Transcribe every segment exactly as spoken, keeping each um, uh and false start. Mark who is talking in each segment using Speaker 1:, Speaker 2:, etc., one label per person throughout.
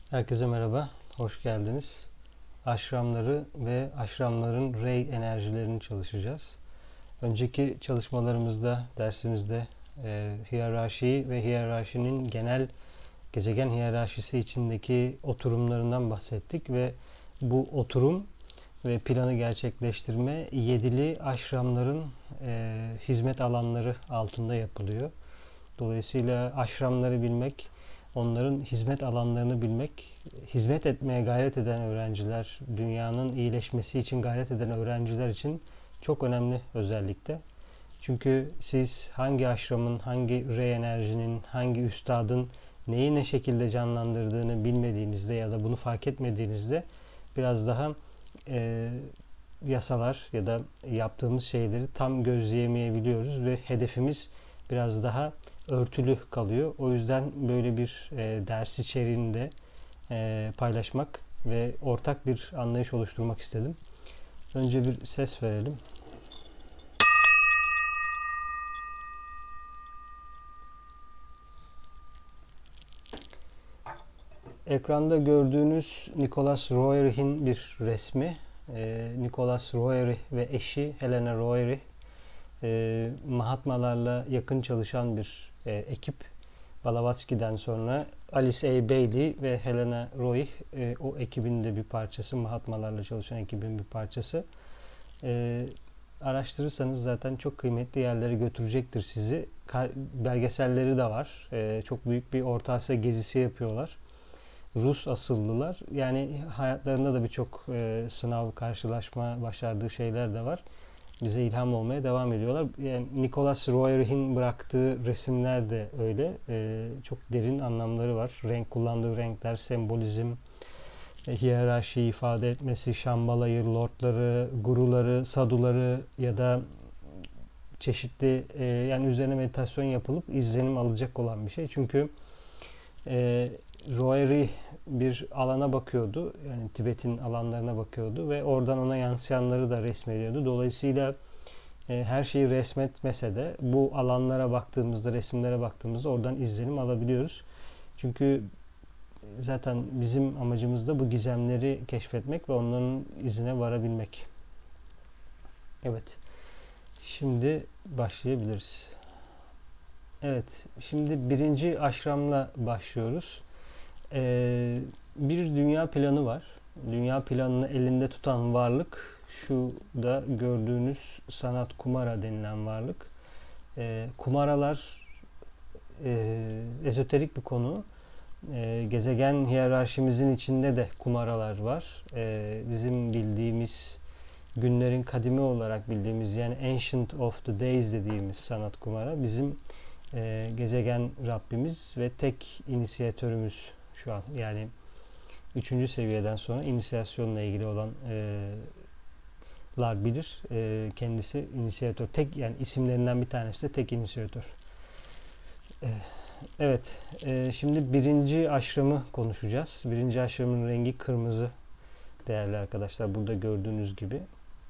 Speaker 1: Herkese merhaba, hoş geldiniz. Aşramları ve aşramların rey enerjilerini çalışacağız. Önceki çalışmalarımızda, dersimizde e, hiyerarşiyi ve hiyerarşinin genel gezegen hiyerarşisi içindeki oturumlarından bahsettik ve bu oturum ve planı gerçekleştirme yedili aşramların e, hizmet alanları altında yapılıyor. Dolayısıyla aşramları bilmek, onların hizmet alanlarını bilmek, hizmet etmeye gayret eden öğrenciler, dünyanın iyileşmesi için gayret eden öğrenciler için çok önemli özellikle. Çünkü siz hangi aşramın, hangi rey enerjinin, hangi üstadın neyi ne şekilde canlandırdığını bilmediğinizde ya da bunu fark etmediğinizde biraz daha e, yasalar ya da yaptığımız şeyleri tam gözleyemeyebiliyoruz ve hedefimiz biraz daha örtülü kalıyor. O yüzden böyle bir e, ders içeriğinde e, paylaşmak ve ortak bir anlayış oluşturmak istedim. Önce bir ses verelim. Ekranda gördüğünüz Nicholas Roerich'in bir resmi. E, Nicholas Roerich ve eşi Helena Roerich e, Mahatmalarla yakın çalışan bir e, ekip. Blavatsky'den sonra Alice A. Bailey ve Helena Roerich e, o ekibin de bir parçası. Mahatmalarla çalışan ekibin bir parçası. E, araştırırsanız zaten çok kıymetli yerlere götürecektir sizi. Kar, belgeselleri de var. E, çok büyük bir Orta Asya gezisi yapıyorlar. Rus asıllılar. Yani hayatlarında da birçok e, sınav, karşılaşma başardığı şeyler de var. Bize ilham olmaya devam ediyorlar. Yani Nicholas Roerich'in bıraktığı resimler de öyle. E, çok derin anlamları var. Renk kullandığı renkler, sembolizm, e, hiyerarşiyi ifade etmesi, Şambalayı, lordları, guruları, saduları ya da çeşitli e, yani üzerine meditasyon yapılıp izlenim alacak olan bir şey. Çünkü e, Roerich bir alana bakıyordu. Yani Tibet'in alanlarına bakıyordu ve oradan ona yansıyanları da resmediyordu. Dolayısıyla e, her şeyi resmetmese de bu alanlara baktığımızda, resimlere baktığımızda oradan izlenim alabiliyoruz. Çünkü zaten bizim amacımız da bu gizemleri keşfetmek ve onların izine varabilmek. Evet. Şimdi başlayabiliriz. Evet. Şimdi birinci aşramla başlıyoruz. Ee, bir dünya planı var. Dünya planını elinde tutan varlık şu da gördüğünüz sanat kumara denilen varlık. Ee, kumaralar e, ezoterik bir konu. Ee, gezegen hiyerarşimizin içinde de kumaralar var. Ee, bizim bildiğimiz günlerin kadimi olarak bildiğimiz yani Ancient of the Days dediğimiz sanat kumara bizim e, gezegen Rabbimiz ve tek inisiyatörümüz şu an. Yani üçüncü seviyeden sonra inisiyasyonla ilgili olan e, lar bilir. E, kendisi inisiyatör. Tek yani isimlerinden bir tanesi de tek inisiyatör. E, evet. E, şimdi birinci aşramı konuşacağız. Birinci aşramın rengi kırmızı değerli arkadaşlar. Burada gördüğünüz gibi.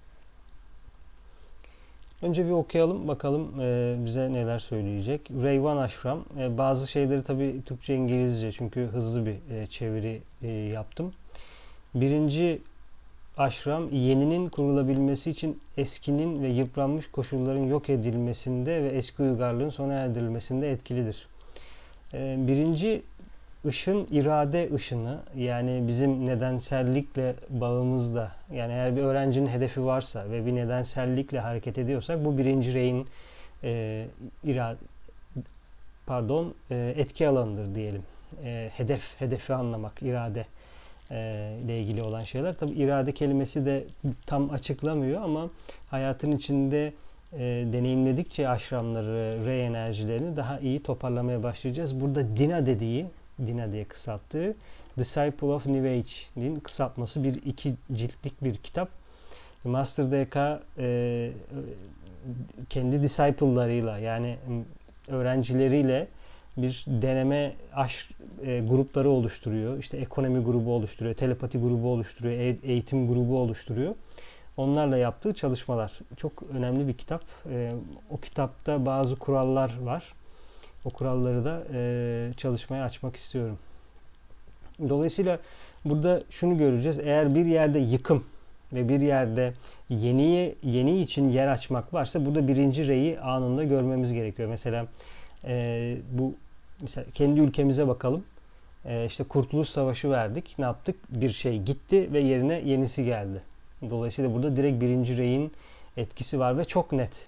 Speaker 1: Önce bir okuyalım bakalım e, bize neler söyleyecek. Reyvan Ashram. E, bazı şeyleri tabii Türkçe İngilizce çünkü hızlı bir e, çeviri e, yaptım. Birinci aşram yeninin kurulabilmesi için eskinin ve yıpranmış koşulların yok edilmesinde ve eski uygarlığın sona erdirilmesinde etkilidir. E, birinci ışın irade ışını yani bizim nedensellikle bağımızda yani eğer bir öğrencinin hedefi varsa ve bir nedensellikle hareket ediyorsak bu birinci reyin e, irade pardon e, etki alanıdır diyelim. E, hedef, hedefi anlamak, irade e, ile ilgili olan şeyler. Tabi irade kelimesi de tam açıklamıyor ama hayatın içinde e, deneyimledikçe aşramları, rey enerjilerini daha iyi toparlamaya başlayacağız. Burada Dina dediği Dina diye kısalttığı Disciple of New Age'nin kısaltması bir iki ciltlik bir kitap. Master D K e, kendi disciple'larıyla yani öğrencileriyle bir deneme aş e, grupları oluşturuyor. İşte ekonomi grubu oluşturuyor, telepati grubu oluşturuyor, e- eğitim grubu oluşturuyor. Onlarla yaptığı çalışmalar. Çok önemli bir kitap. E, o kitapta bazı kurallar var. O kuralları da e, çalışmaya açmak istiyorum. Dolayısıyla burada şunu göreceğiz. Eğer bir yerde yıkım ve bir yerde yeniye yeni için yer açmak varsa burada birinci reyi anında görmemiz gerekiyor. Mesela e, bu mesela kendi ülkemize bakalım. E, işte Kurtuluş Savaşı verdik. Ne yaptık? Bir şey gitti ve yerine yenisi geldi. Dolayısıyla burada direkt birinci reyin etkisi var ve çok net.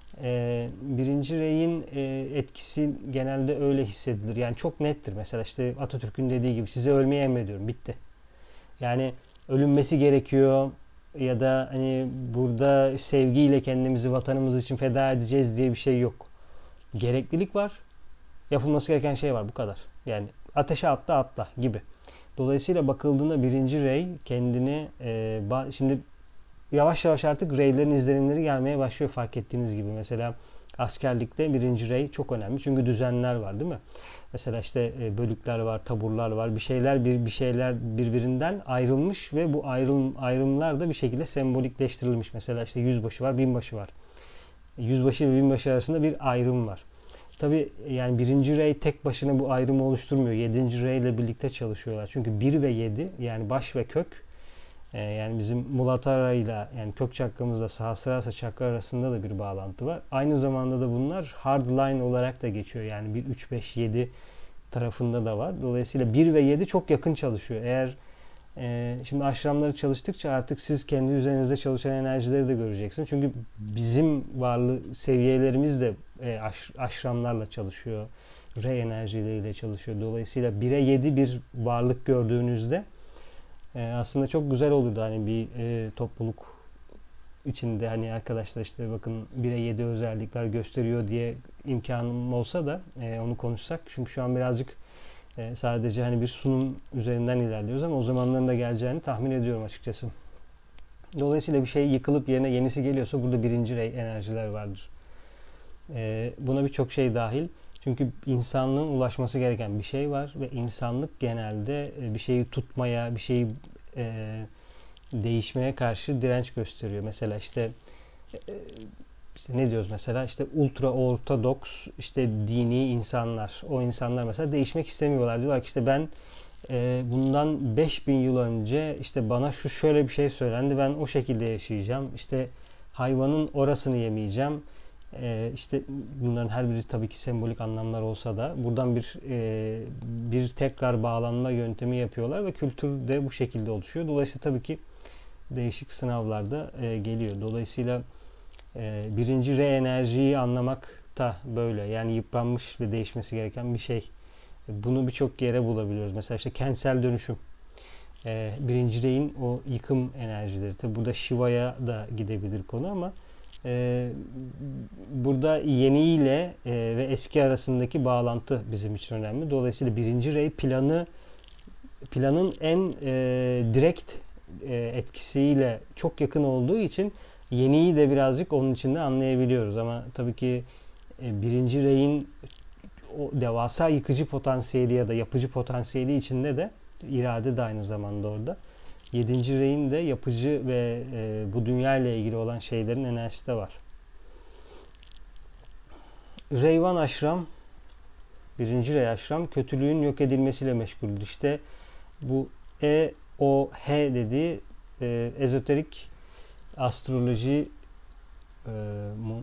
Speaker 1: E, birinci reyin e, etkisi genelde öyle hissedilir. Yani çok nettir. Mesela işte Atatürk'ün dediği gibi size ölmeyi emrediyorum. Bitti. Yani ölünmesi gerekiyor ya da hani burada sevgiyle kendimizi vatanımız için feda edeceğiz diye bir şey yok. Gereklilik var. Yapılması gereken şey var. Bu kadar. Yani ateşe atla atla gibi. Dolayısıyla bakıldığında birinci rey kendini e, şimdi yavaş yavaş artık reylerin izlenimleri gelmeye başlıyor fark ettiğiniz gibi. Mesela askerlikte birinci rey çok önemli. Çünkü düzenler var değil mi? Mesela işte bölükler var, taburlar var. Bir şeyler bir bir şeyler birbirinden ayrılmış ve bu ayrım ayrımlar da bir şekilde sembolikleştirilmiş. Mesela işte yüzbaşı var, binbaşı var. Yüzbaşı ve binbaşı arasında bir ayrım var. Tabi yani birinci rey tek başına bu ayrımı oluşturmuyor. Yedinci rey ile birlikte çalışıyorlar. Çünkü bir ve yedi yani baş ve kök e, yani bizim Mulatara ile yani kök çakramızla Sahasrara çakra arasında da bir bağlantı var. Aynı zamanda da bunlar hard line olarak da geçiyor. Yani bir üç beş yedi tarafında da var. Dolayısıyla bir ve yedi çok yakın çalışıyor. Eğer e, şimdi aşramları çalıştıkça artık siz kendi üzerinizde çalışan enerjileri de göreceksiniz. Çünkü bizim varlık seviyelerimiz de e, aş, aşramlarla çalışıyor. Rey enerjileriyle çalışıyor. Dolayısıyla bire yedi bir varlık gördüğünüzde e, aslında çok güzel olurdu. Hani bir e, topluluk içinde hani arkadaşlar işte bakın bire yedi özellikler gösteriyor diye imkanım olsa da e, onu konuşsak. Çünkü şu an birazcık e, sadece hani bir sunum üzerinden ilerliyoruz ama o zamanların da geleceğini tahmin ediyorum açıkçası. Dolayısıyla bir şey yıkılıp yerine yenisi geliyorsa burada birinci rey enerjiler vardır. E, buna birçok şey dahil. Çünkü insanlığın ulaşması gereken bir şey var ve insanlık genelde bir şeyi tutmaya, bir şeyi e, değişmeye karşı direnç gösteriyor. Mesela işte işte ne diyoruz mesela işte ultra ortodoks işte dini insanlar. O insanlar mesela değişmek istemiyorlar. Diyorlar ki işte ben e, bundan beş bin yıl önce işte bana şu şöyle bir şey söylendi. Ben o şekilde yaşayacağım. İşte hayvanın orasını yemeyeceğim. E, işte bunların her biri tabii ki sembolik anlamlar olsa da buradan bir e, bir tekrar bağlanma yöntemi yapıyorlar ve kültür de bu şekilde oluşuyor. Dolayısıyla tabii ki değişik sınavlarda e, geliyor. Dolayısıyla e, birinci re enerjiyi anlamak da böyle. Yani yıpranmış ve değişmesi gereken bir şey. Bunu birçok yere bulabiliyoruz. Mesela işte kentsel dönüşüm. E, birinci reyin o yıkım enerjileri. Tabi burada Shiva'ya da gidebilir konu ama e, burada yeni ile e, ve eski arasındaki bağlantı bizim için önemli. Dolayısıyla birinci rey planı planın en e, direkt etkisiyle çok yakın olduğu için yeniyi de birazcık onun içinde anlayabiliyoruz. Ama tabii ki birinci reyin o devasa yıkıcı potansiyeli ya da yapıcı potansiyeli içinde de irade de aynı zamanda orada. Yedinci reyin de yapıcı ve e, bu dünya ile ilgili olan şeylerin enerjisi de var. Reyvan Aşram, birinci rey aşram kötülüğün yok edilmesiyle meşguldür. İşte bu E O H dediği e, ezoterik astroloji e, mu,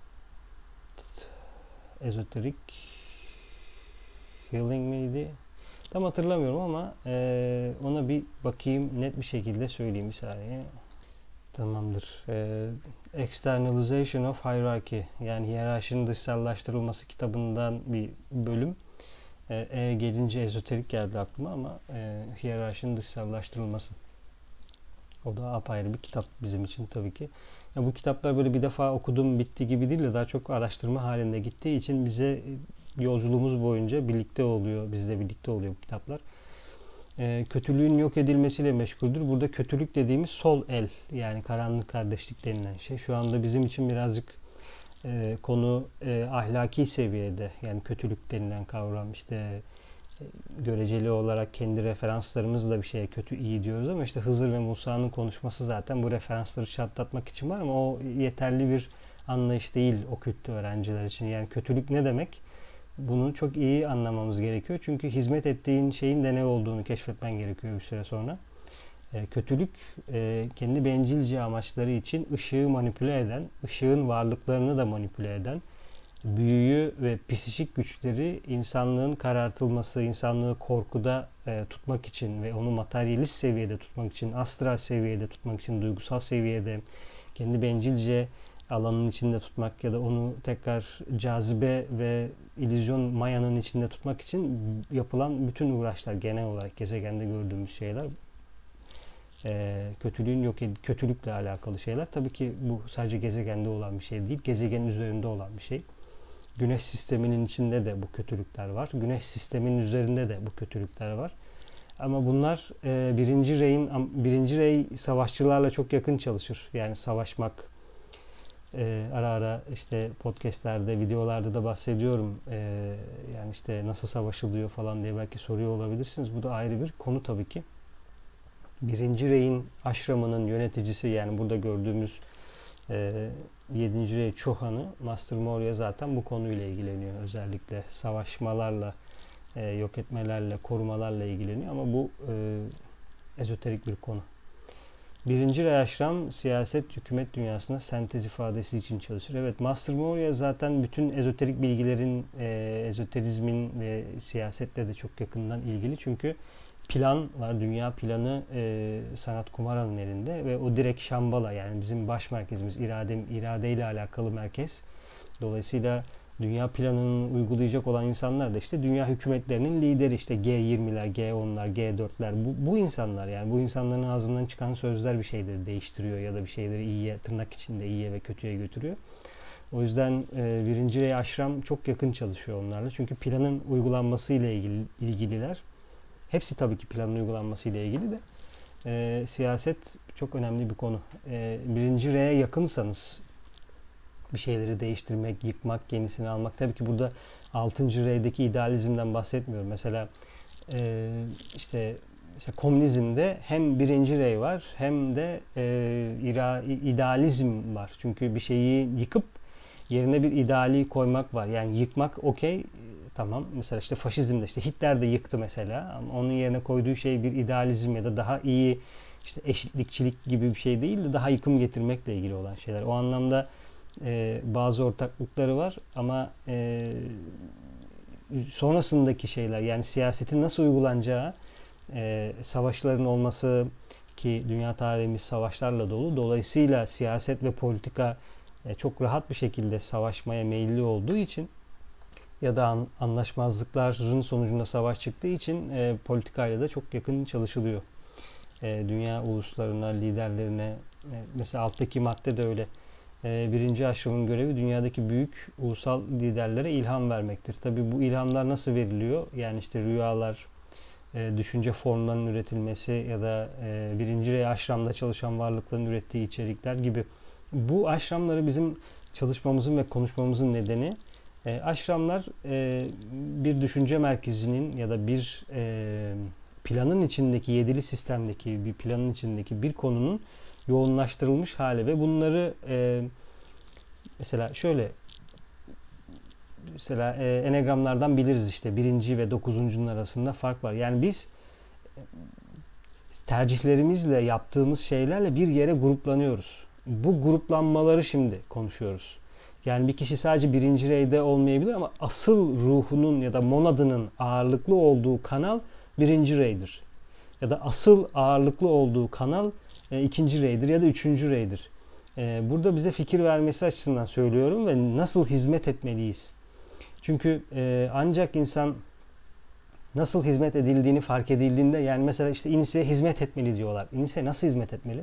Speaker 1: ezoterik healing miydi? Tam hatırlamıyorum ama e, ona bir bakayım net bir şekilde söyleyeyim bir saniye. Tamamdır. E, Externalization of Hierarchy yani hiyerarşinin dışsallaştırılması kitabından bir bölüm. E, e gelince ezoterik geldi aklıma ama e, hiyerarşinin dışsallaştırılması. O da apayrı bir kitap bizim için tabii ki. Yani bu kitaplar böyle bir defa okudum bitti gibi değil de daha çok araştırma halinde gittiği için bize yolculuğumuz boyunca birlikte oluyor, bizle birlikte oluyor bu kitaplar. E, kötülüğün yok edilmesiyle meşguldür. Burada kötülük dediğimiz sol el yani karanlık kardeşlik denilen şey. Şu anda bizim için birazcık e, konu e, ahlaki seviyede yani kötülük denilen kavram işte e, göreceli olarak kendi referanslarımızla bir şeye kötü iyi diyoruz ama işte Hızır ve Musa'nın konuşması zaten bu referansları çatlatmak için var ama o yeterli bir anlayış değil okült öğrenciler için. Yani kötülük ne demek? Bunu çok iyi anlamamız gerekiyor. Çünkü hizmet ettiğin şeyin de ne olduğunu keşfetmen gerekiyor bir süre sonra. E, kötülük e, kendi bencilce amaçları için ışığı manipüle eden, ışığın varlıklarını da manipüle eden, büyüyü ve psikik güçleri insanlığın karartılması, insanlığı korkuda e, tutmak için ve onu materyalist seviyede tutmak için, astral seviyede tutmak için, duygusal seviyede kendi bencilce alanın içinde tutmak ya da onu tekrar cazibe ve illüzyon mayanın içinde tutmak için yapılan bütün uğraşlar, genel olarak gezegende gördüğümüz şeyler, e, kötülüğün yok ed- kötülükle alakalı şeyler. Tabii ki bu sadece gezegende olan bir şey değil, gezegenin üzerinde olan bir şey. Güneş sisteminin içinde de bu kötülükler var. Güneş sisteminin üzerinde de bu kötülükler var. Ama bunlar e, birinci reyin birinci rey savaşçılarla çok yakın çalışır. Yani savaşmak, e, ara ara işte podcastlerde, videolarda da bahsediyorum. E, yani işte nasıl savaşılıyor falan diye belki soruyor olabilirsiniz. Bu da ayrı bir konu tabii ki. Birinci reyin aşramının yöneticisi, yani burada gördüğümüz e, yedinci rey Chohan'ı, Master Moria zaten bu konuyla ilgileniyor. Özellikle savaşmalarla, e, yok etmelerle, korumalarla ilgileniyor. Ama bu e, ezoterik bir konu. Birinci rey aşram siyaset, hükümet dünyasında sentez ifadesi için çalışır. Evet, Master Moria zaten bütün ezoterik bilgilerin, e, ezoterizmin ve siyasetle de çok yakından ilgili. Çünkü plan var, dünya planı e, Sanat Kumara'nın elinde ve o direkt Şambhala, yani bizim baş merkezimiz, irade, iradeyle alakalı merkez. Dolayısıyla dünya planını uygulayacak olan insanlar da işte dünya hükümetlerinin lideri, işte G yirmiler, G onlar, G dörtler, bu, bu insanlar, yani bu insanların ağzından çıkan sözler bir şeyleri değiştiriyor ya da bir şeyleri iyiye, tırnak içinde iyiye ve kötüye götürüyor. O yüzden e, birinci rey aşram çok yakın çalışıyor onlarla. Çünkü planın uygulanması ile ilgili, ilgililer. Hepsi tabii ki planın uygulanması ile ilgili de. E, siyaset çok önemli bir konu. E, birinci R'ye yakınsanız bir şeyleri değiştirmek, yıkmak, yenisini almak. Tabii ki burada altıncı R'deki idealizmden bahsetmiyorum. Mesela e, işte mesela komünizmde hem birinci rey var hem de e, ira, idealizm var. Çünkü bir şeyi yıkıp yerine bir ideali koymak var. Yani yıkmak okey, tamam. Mesela işte faşizmde işte Hitler de yıktı mesela. Ama onun yerine koyduğu şey bir idealizm ya da daha iyi işte eşitlikçilik gibi bir şey değil de daha yıkım getirmekle ilgili olan şeyler. O anlamda e, bazı ortaklıkları var ama e, sonrasındaki şeyler, yani siyasetin nasıl uygulanacağı, e, savaşların olması, ki dünya tarihimiz savaşlarla dolu. Dolayısıyla siyaset ve politika e, çok rahat bir şekilde savaşmaya meyilli olduğu için ya da an, anlaşmazlıkların sonucunda savaş çıktığı için e, politikayla da çok yakın çalışılıyor. E, dünya uluslarına, liderlerine, e, mesela alttaki madde de öyle. E, birinci aşramın görevi dünyadaki büyük ulusal liderlere ilham vermektir. Tabi bu ilhamlar nasıl veriliyor? Yani işte rüyalar, e, düşünce formlarının üretilmesi ya da e, birinci rey aşramda çalışan varlıkların ürettiği içerikler gibi. Bu aşramları bizim çalışmamızın ve konuşmamızın nedeni, e, aşramlar e, bir düşünce merkezinin ya da bir e, planın içindeki, yedili sistemdeki bir planın içindeki bir konunun yoğunlaştırılmış hali ve bunları e, mesela şöyle, mesela e, enegramlardan biliriz, işte birinci ve dokuzuncunun arasında fark var. Yani biz tercihlerimizle, yaptığımız şeylerle bir yere gruplanıyoruz. Bu gruplanmaları şimdi konuşuyoruz. Yani bir kişi sadece birinci reyde olmayabilir ama asıl ruhunun ya da monadının ağırlıklı olduğu kanal birinci reydir. Ya da asıl ağırlıklı olduğu kanal e, ikinci reydir ya da üçüncü reydir. E, burada bize fikir vermesi açısından söylüyorum ve nasıl hizmet etmeliyiz. Çünkü e, ancak insan nasıl hizmet edildiğini fark edildiğinde, yani mesela işte İNİSE'ye hizmet etmeli diyorlar. İNİSE nasıl hizmet etmeli?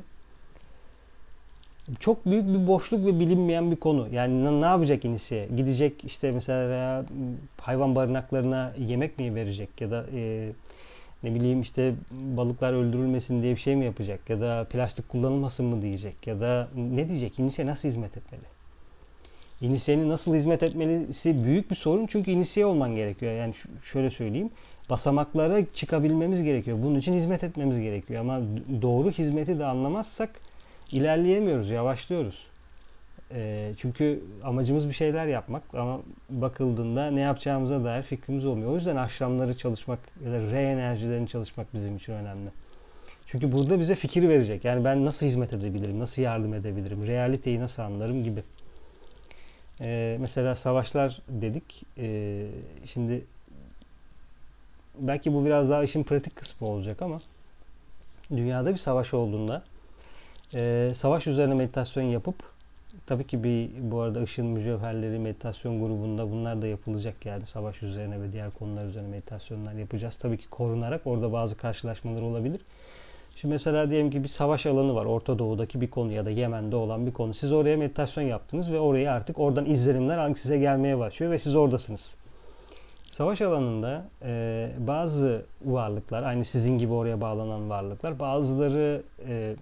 Speaker 1: Çok büyük bir boşluk ve bilinmeyen bir konu. Yani ne yapacak İNİSE'ye? Gidecek işte mesela hayvan barınaklarına yemek mi verecek ya da e, ne bileyim işte balıklar öldürülmesin diye bir şey mi yapacak ya da plastik kullanılmasın mı diyecek ya da ne diyecek? İNİSE nasıl hizmet etmeli? İNİSE'nin nasıl hizmet etmelisi büyük bir sorun, çünkü inisiye olman gerekiyor. Yani şöyle söyleyeyim, basamaklara çıkabilmemiz gerekiyor. Bunun için hizmet etmemiz gerekiyor. Ama doğru hizmeti de anlamazsak ilerleyemiyoruz, yavaşlıyoruz. E, çünkü amacımız bir şeyler yapmak ama bakıldığında ne yapacağımıza dair fikrimiz olmuyor. O yüzden aşramları çalışmak ya da re enerjilerini çalışmak bizim için önemli. Çünkü burada bize fikir verecek. Yani ben nasıl hizmet edebilirim, nasıl yardım edebilirim, realiteyi nasıl anlarım gibi. Ee, mesela savaşlar dedik. Ee, şimdi belki bu biraz daha işin pratik kısmı olacak ama dünyada bir savaş olduğunda e, savaş üzerine meditasyon yapıp tabii ki bir bu arada ışın mücevherleri meditasyon grubunda bunlar da yapılacak yani savaş üzerine ve diğer konular üzerine meditasyonlar yapacağız. Tabii ki korunarak orada bazı karşılaşmalar olabilir. Şimdi mesela diyelim ki bir savaş alanı var. Orta Doğu'daki bir konu ya da Yemen'de olan bir konu. Siz oraya meditasyon yaptınız ve orayı artık oradan izlenimler size gelmeye başlıyor ve siz oradasınız. Savaş alanında e, bazı varlıklar, aynı sizin gibi oraya bağlanan varlıklar, bazıları e,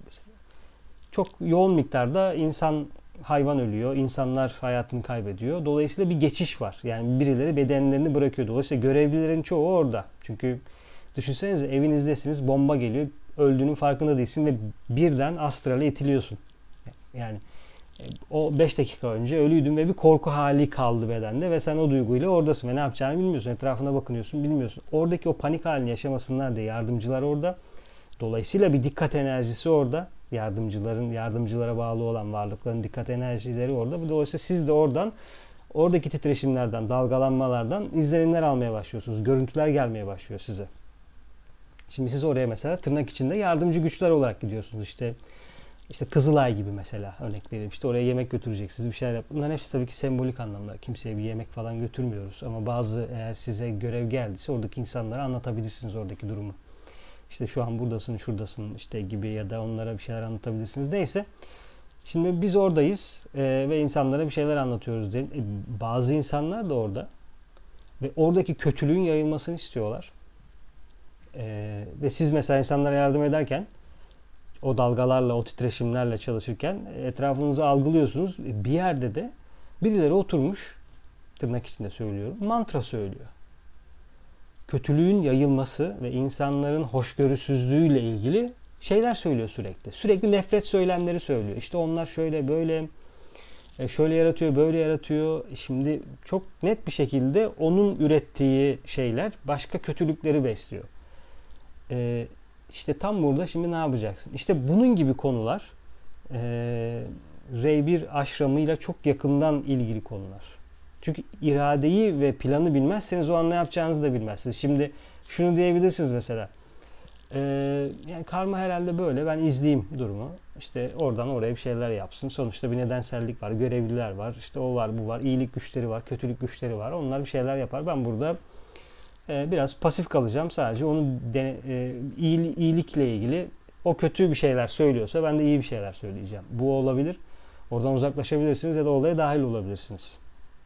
Speaker 1: çok yoğun miktarda insan, hayvan ölüyor, insanlar hayatını kaybediyor. Dolayısıyla bir geçiş var. Yani birileri bedenlerini bırakıyor. Dolayısıyla görevlilerin çoğu orada. Çünkü düşünsenize evinizdesiniz, bomba geliyor, öldüğünün farkında değilsin ve birden astrale itiliyorsun. Yani o beş dakika önce ölüydün ve bir korku hali kaldı bedende ve sen o duyguyla oradasın ve ne yapacağını bilmiyorsun. Etrafına bakınıyorsun, bilmiyorsun. Oradaki o panik halini yaşamasınlar diye yardımcılar orada. Dolayısıyla bir dikkat enerjisi orada. Yardımcıların, yardımcılara bağlı olan varlıkların dikkat enerjileri orada. Dolayısıyla siz de oradan, oradaki titreşimlerden, dalgalanmalardan izlenimler almaya başlıyorsunuz. Görüntüler gelmeye başlıyor size. Şimdi siz oraya mesela tırnak içinde yardımcı güçler olarak gidiyorsunuz. İşte işte Kızılay gibi mesela örnek vereyim. İşte oraya yemek götüreceksiniz, bir şeyler yap. Bunların hepsi tabii ki sembolik anlamda. Kimseye bir yemek falan götürmüyoruz. Ama bazı eğer size görev geldiyse oradaki insanlara anlatabilirsiniz oradaki durumu. İşte şu an buradasın, şuradasın işte gibi ya da onlara bir şeyler anlatabilirsiniz. Neyse. Şimdi biz oradayız e, ve insanlara bir şeyler anlatıyoruz diyelim. E, bazı insanlar da orada ve oradaki kötülüğün yayılmasını istiyorlar. E, ve siz mesela insanlara yardım ederken o dalgalarla, o titreşimlerle çalışırken etrafınızı algılıyorsunuz. Bir yerde de birileri oturmuş, tırnak içinde söylüyorum, mantra söylüyor. Kötülüğün yayılması ve insanların hoşgörüsüzlüğüyle ilgili şeyler söylüyor sürekli. Sürekli nefret söylemleri söylüyor. İşte onlar şöyle böyle, şöyle yaratıyor, böyle yaratıyor. Şimdi çok net bir şekilde onun ürettiği şeyler başka kötülükleri besliyor. Ee, İşte tam burada şimdi ne yapacaksın? İşte bunun gibi konular e, R bir aşramıyla çok yakından ilgili konular. Çünkü iradeyi ve planı bilmezseniz o an ne yapacağınızı da bilmezsiniz. Şimdi şunu diyebilirsiniz mesela. E, yani karma herhalde böyle, ben izleyeyim durumu. İşte oradan oraya bir şeyler yapsın. Sonuçta bir nedensellik var, görevliler var. İşte o var, bu var, iyilik güçleri var, kötülük güçleri var. Onlar bir şeyler yapar. Ben burada biraz pasif kalacağım. Sadece onun dene, e, iyilikle ilgili o kötü bir şeyler söylüyorsa ben de iyi bir şeyler söyleyeceğim. Bu olabilir. Oradan uzaklaşabilirsiniz ya da olaya dahil olabilirsiniz.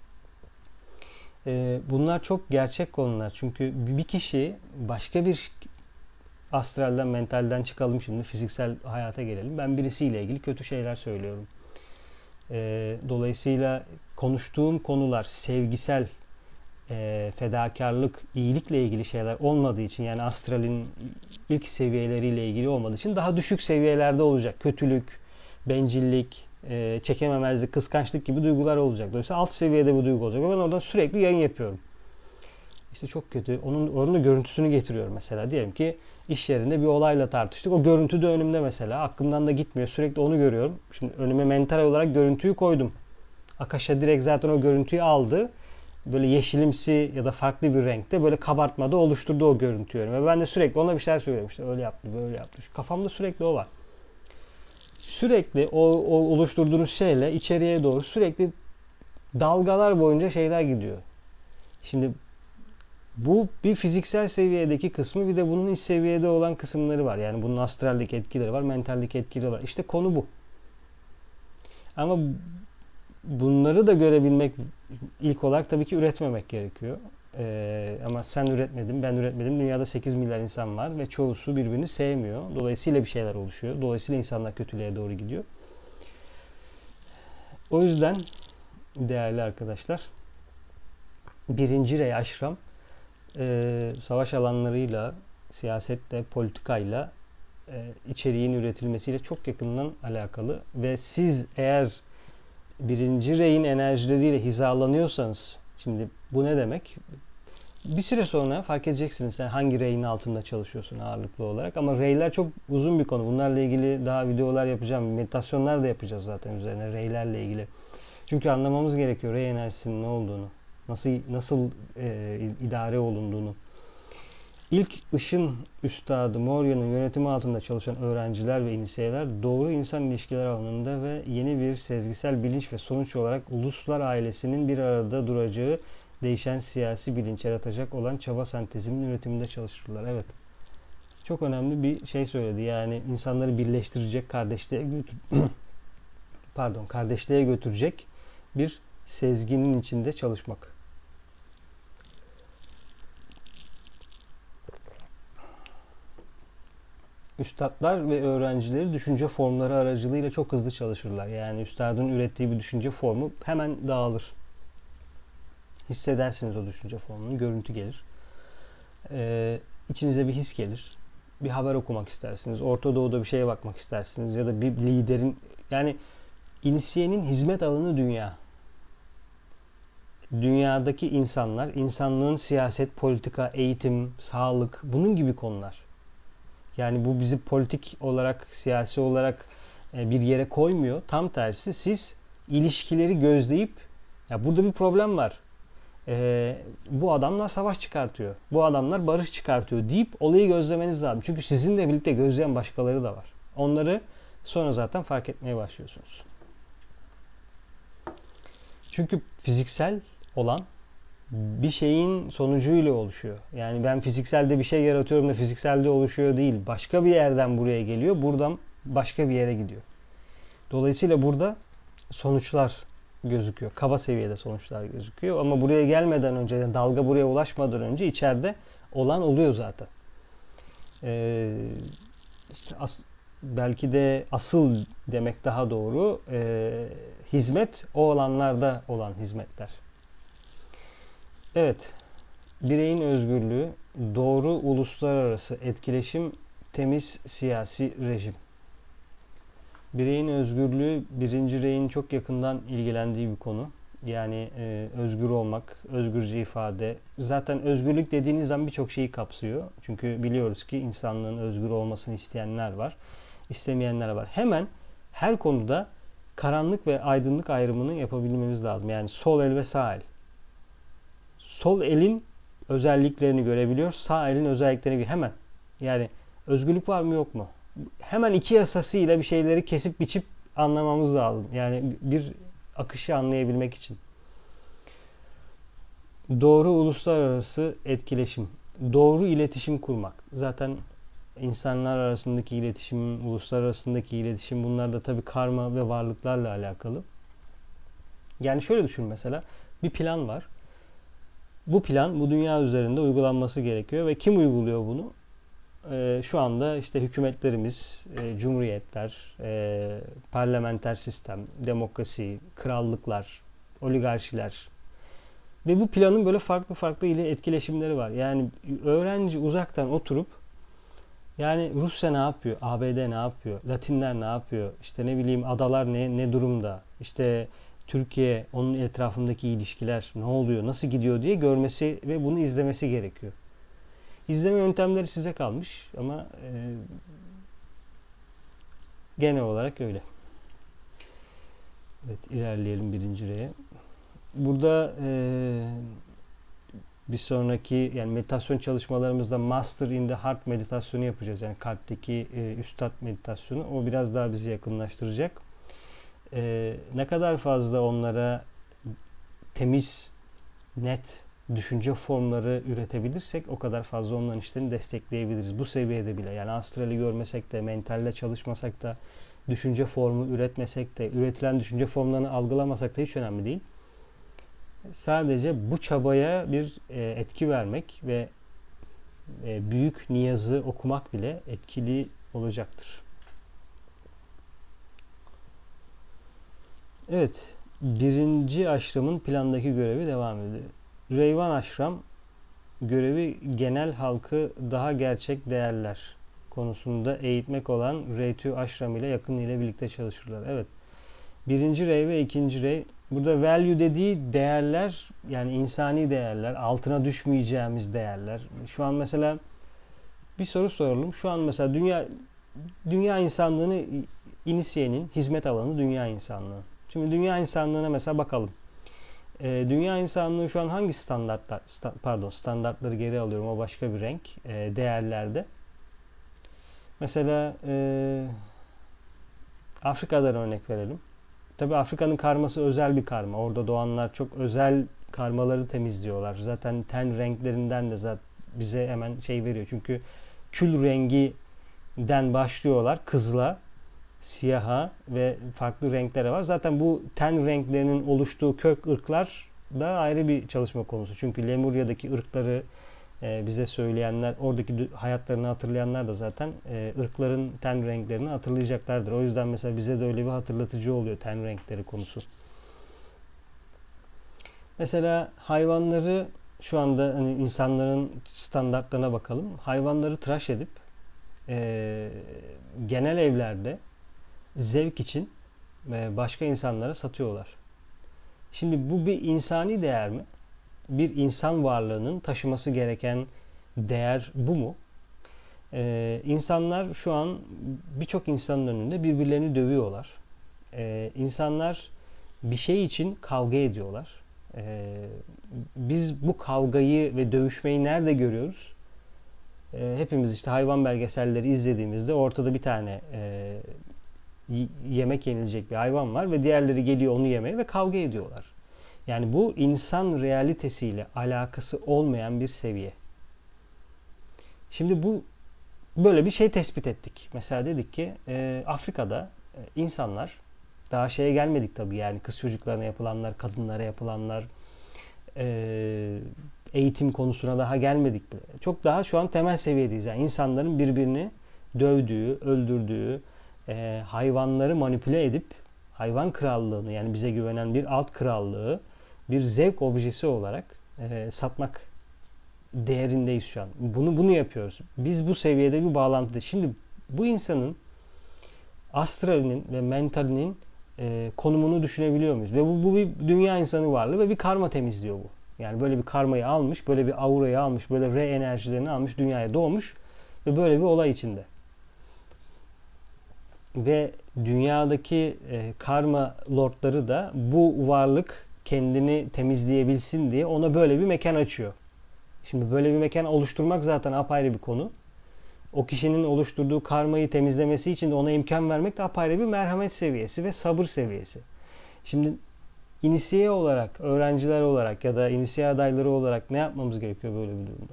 Speaker 1: E, bunlar çok gerçek konular. Çünkü bir kişi başka bir astralden, mentalden çıkalım şimdi. Fiziksel hayata gelelim. Ben birisiyle ilgili kötü şeyler söylüyorum. E, dolayısıyla konuştuğum konular sevgisel, E, fedakarlık, iyilikle ilgili şeyler olmadığı için, yani astralin ilk seviyeleriyle ilgili olmadığı için daha düşük seviyelerde olacak. Kötülük, bencillik, e, çekememezlik, kıskançlık gibi duygular olacak. Dolayısıyla alt seviyede bu duygu olacak. Ben oradan sürekli yayın yapıyorum. İşte çok kötü. Onun, onun da görüntüsünü getiriyorum mesela. Diyelim ki iş yerinde bir olayla tartıştık. O görüntü de önümde mesela. Aklımdan da gitmiyor. Sürekli onu görüyorum. Şimdi önüme mental olarak görüntüyü koydum. Akasha direkt zaten o görüntüyü aldı. Böyle yeşilimsi ya da farklı bir renkte böyle kabartmada oluşturdu o görüntüyü. Ve ben de sürekli ona bir şeyler söylüyorum. İşte öyle yaptı, böyle yaptı. Şu kafamda sürekli o var. Sürekli o, o oluşturduğunuz şeyle içeriye doğru sürekli dalgalar boyunca şeyler gidiyor. Şimdi bu bir fiziksel seviyedeki kısmı, bir de bunun iç seviyede olan kısımları var. Yani bunun astraldeki etkileri var, mentaldeki etkileri var. İşte konu bu. Ama bunları da görebilmek, ilk olarak tabii ki üretmemek gerekiyor. Ee, ama sen üretmedin, ben üretmedim. Dünyada sekiz milyar insan var ve çoğusu birbirini sevmiyor. Dolayısıyla bir şeyler oluşuyor. Dolayısıyla insanlar kötülüğe doğru gidiyor. O yüzden değerli arkadaşlar, birinci rey aşram e, savaş alanlarıyla, siyasetle, politikayla, e, içeriğin üretilmesiyle çok yakından alakalı ve siz eğer birinci reyin enerjileriyle hizalanıyorsanız, şimdi bu ne demek? Bir süre sonra fark edeceksiniz sen hangi reyin altında çalışıyorsun ağırlıklı olarak. Ama reyler çok uzun bir konu. Bunlarla ilgili daha videolar yapacağım. Meditasyonlar da yapacağız zaten üzerine reylerle ilgili. Çünkü anlamamız gerekiyor rey enerjisinin ne olduğunu. Nasıl nasıl e, idare olunduğunu. İlk ışın üstadı Maurya'nın yönetimi altında çalışan öğrenciler ve inisiyeler doğru insan ilişkiler alanında ve yeni bir sezgisel bilinç ve sonuç olarak uluslar ailesinin bir arada duracağı değişen siyasi bilinç yaratacak olan çaba sentezinin üretiminde çalışırlar. Evet. Çok önemli bir şey söyledi. Yani insanları birleştirecek, kardeşliğe götür pardon, kardeşliğe götürecek bir sezginin içinde çalışmak. Üstadlar ve öğrencileri düşünce formları aracılığıyla çok hızlı çalışırlar. Yani üstadın ürettiği bir düşünce formu hemen dağılır. Hissedersiniz o düşünce formunu, görüntü gelir. Ee, içinize bir his gelir. Bir haber okumak istersiniz. Orta Doğu'da bir şeye bakmak istersiniz. Ya da bir liderin, yani inisiyenin hizmet alanı dünya. Dünyadaki insanlar, insanlığın siyaset, politika, eğitim, sağlık, bunun gibi konular. Yani bu bizi politik olarak, siyasi olarak bir yere koymuyor. Tam tersi, siz ilişkileri gözleyip, ya burada bir problem var. Ee, bu adamlar savaş çıkartıyor. Bu adamlar barış çıkartıyor deyip olayı gözlemeniz lazım. Çünkü sizinle birlikte gözleyen başkaları da var. Onları sonra zaten fark etmeye başlıyorsunuz. Çünkü fiziksel olan bir şeyin sonucuyla oluşuyor. Yani ben fizikselde bir şey yaratıyorum da fizikselde oluşuyor değil. Başka bir yerden buraya geliyor. Buradan başka bir yere gidiyor. Dolayısıyla burada sonuçlar gözüküyor. Kaba seviyede sonuçlar gözüküyor. Ama buraya gelmeden önce, yani dalga buraya ulaşmadan önce içeride olan oluyor zaten. Ee, işte as, belki de asıl demek daha doğru. E, hizmet o alanlarda olan hizmetler. Evet. Bireyin özgürlüğü, doğru uluslararası etkileşim, temiz siyasi rejim. Bireyin özgürlüğü, birinci reyin çok yakından ilgilendiği bir konu. Yani e, özgür olmak, özgürce ifade. Zaten özgürlük dediğiniz zaman birçok şeyi kapsıyor. Çünkü biliyoruz ki insanlığın özgür olmasını isteyenler var, istemeyenler var. Hemen her konuda karanlık ve aydınlık ayrımını yapabilmemiz lazım. Yani sol el ve sağ el. Sol elin özelliklerini görebiliyor, sağ elin özelliklerini görebiliyor. Hemen. Yani özgürlük var mı yok mu? Hemen iki yasasıyla bir şeyleri kesip biçip anlamamız lazım. Yani bir akışı anlayabilmek için. Doğru uluslararası etkileşim. Doğru iletişim kurmak. Zaten insanlar arasındaki iletişim, uluslar arasındaki iletişim, bunlar da tabii karma ve varlıklarla alakalı. Yani şöyle düşün mesela. Bir plan var. Bu plan bu dünya üzerinde uygulanması gerekiyor ve kim uyguluyor bunu? Ee, şu anda işte hükümetlerimiz, e, cumhuriyetler, e, parlamenter sistem, demokrasi, krallıklar, oligarşiler ve bu planın böyle farklı farklı ile etkileşimleri var. Yani öğrenci uzaktan oturup, yani Rusya ne yapıyor, A B D ne yapıyor, Latinler ne yapıyor, işte ne bileyim adalar ne ne durumda, işte Türkiye, onun etrafındaki ilişkiler ne oluyor, nasıl gidiyor diye görmesi ve bunu izlemesi gerekiyor. İzleme yöntemleri size kalmış ama e, genel olarak öyle. Evet, ilerleyelim birinci reye. Burada e, bir sonraki, yani meditasyon çalışmalarımızda Master in the Heart meditasyonu yapacağız. Yani kalpteki e, üstad meditasyonu. O biraz daha bizi yakınlaştıracak. E, ne kadar fazla onlara temiz, net düşünce formları üretebilirsek o kadar fazla onların işlerini destekleyebiliriz. Bu seviyede bile, yani astrali görmesek de, mentalle çalışmasak da, düşünce formu üretmesek de, üretilen düşünce formlarını algılamasak da hiç önemli değil. Sadece bu çabaya bir e, etki vermek ve e, büyük niyazı okumak bile etkili olacaktır. Evet, birinci aşramın plandaki görevi devam ediyor. Reyvan Aşram görevi genel halkı daha gerçek değerler konusunda eğitmek olan Reytü Aşram ile yakın ile birlikte çalışırlar. Evet. Birinci rey ve ikinci rey. Burada value dediği değerler, yani insani değerler, altına düşmeyeceğimiz değerler. Şu an mesela bir soru soralım. Şu an mesela dünya dünya insanlığını inisiyenin hizmet alanı dünya insanlığı. Şimdi dünya insanlığına mesela bakalım. Ee, dünya insanlığı şu an hangi standartlar, sta, pardon standartları geri alıyorum, o başka bir renk, e, değerlerde. Mesela e, Afrika'dan örnek verelim. Tabii Afrika'nın karması özel bir karma. Orada doğanlar çok özel karmaları temizliyorlar. Zaten ten renklerinden de zaten bize hemen şey veriyor. Çünkü kül renginden başlıyorlar. Kızıla, siyaha ve farklı renklere var. Zaten bu ten renklerinin oluştuğu kök ırklar da ayrı bir çalışma konusu. Çünkü Lemurya'daki ırkları e, bize söyleyenler, oradaki hayatlarını hatırlayanlar da zaten e, ırkların ten renklerini hatırlayacaklardır. O yüzden mesela bize de öyle bir hatırlatıcı oluyor ten renkleri konusu. Mesela hayvanları şu anda hani insanların standartlarına bakalım. Hayvanları tıraş edip e, genel evlerde zevk için e, başka insanlara satıyorlar. Şimdi bu bir insani değer mi? Bir insan varlığının taşıması gereken değer bu mu? Ee, insanlar şu an birçok insanın önünde birbirlerini dövüyorlar. Ee, insanlar bir şey için kavga ediyorlar. Ee, biz bu kavgayı ve dövüşmeyi nerede görüyoruz? Ee, hepimiz işte hayvan belgeselleri izlediğimizde ortada bir tane e, yemek yenilecek bir hayvan var ve diğerleri geliyor onu yemeye ve kavga ediyorlar. Yani bu insan realitesiyle alakası olmayan bir seviye. Şimdi bu böyle bir şey tespit ettik. Mesela dedik ki e, Afrika'da e, insanlar, daha şeye gelmedik tabii, yani kız çocuklarına yapılanlar, kadınlara yapılanlar, e, eğitim konusuna daha gelmedik bile. Çok daha şu an temel seviyedeyiz. Yani insanların birbirini dövdüğü, öldürdüğü, e, hayvanları manipüle edip hayvan krallığını, yani bize güvenen bir alt krallığı bir zevk objesi olarak e, satmak değerindeyiz şu an. Bunu bunu yapıyoruz. Biz bu seviyede bir bağlantıda. Şimdi bu insanın astralinin ve mentalinin e, konumunu düşünebiliyor muyuz? Ve bu, bu bir dünya insanı varlığı ve bir karma temizliyor bu. Yani böyle bir karmayı almış, böyle bir aurayı almış, böyle re enerjilerini almış, dünyaya doğmuş ve böyle bir olay içinde. Ve dünyadaki e, karma lordları da bu varlık kendini temizleyebilsin diye ona böyle bir mekan açıyor. Şimdi böyle bir mekan oluşturmak zaten apayrı bir konu. O kişinin oluşturduğu karmayı temizlemesi için de ona imkan vermek de apayrı bir merhamet seviyesi ve sabır seviyesi. Şimdi inisiye olarak, öğrenciler olarak ya da inisiye adayları olarak ne yapmamız gerekiyor böyle bir durumda?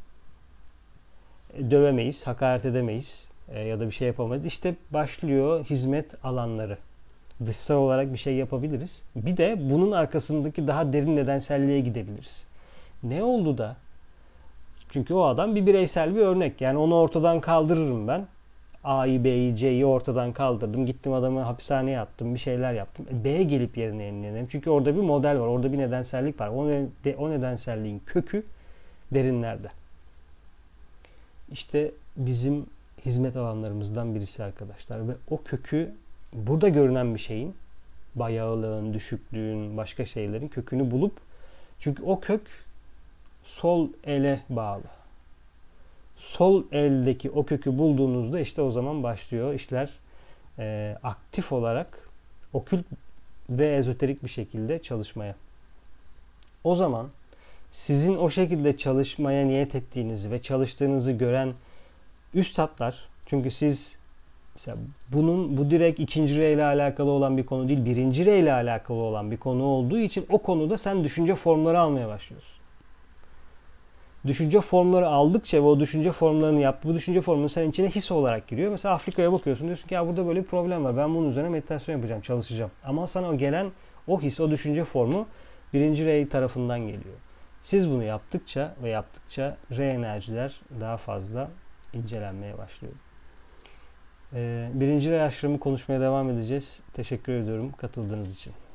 Speaker 1: E, dövemeyiz, hakaret edemeyiz e, ya da bir şey yapamayız. İşte başlıyor hizmet alanları. Dışsal olarak bir şey yapabiliriz. Bir de bunun arkasındaki daha derin nedenselliğe gidebiliriz. Ne oldu da? Çünkü o adam bir bireysel bir örnek. Yani onu ortadan kaldırırım ben. A'yı, B'yi, C'yi ortadan kaldırdım. Gittim adamı hapishaneye attım. Bir şeyler yaptım. B'ye gelip yerine yenilerim. Çünkü orada bir model var. Orada bir nedensellik var. O, ne, o nedenselliğin kökü derinlerde. İşte bizim hizmet alanlarımızdan birisi arkadaşlar. Ve o kökü, burada görünen bir şeyin, bayağılığın, düşüklüğün, başka şeylerin kökünü bulup, çünkü o kök sol ele bağlı. Sol eldeki o kökü bulduğunuzda işte o zaman başlıyor işler e, aktif olarak okült ve ezoterik bir şekilde çalışmaya. O zaman sizin o şekilde çalışmaya niyet ettiğinizi ve çalıştığınızı gören üstadlar, çünkü siz mesela bunun bu direkt ikinci rey ile alakalı olan bir konu değil, birinci rey ile alakalı olan bir konu olduğu için o konuda sen düşünce formları almaya başlıyorsun. Düşünce formları aldıkça ve o düşünce formlarını yap, bu düşünce formunu senin içine his olarak giriyor. Mesela Afrika'ya bakıyorsun, diyorsun ki ya burada böyle bir problem var. Ben bunun üzerine meditasyon yapacağım, çalışacağım. Ama sana o gelen o his, o düşünce formu birinci rey tarafından geliyor. Siz bunu yaptıkça ve yaptıkça rey enerjiler daha fazla incelenmeye başlıyor. Ee, birinci rey aşramı konuşmaya devam edeceğiz. Teşekkür ediyorum katıldığınız için.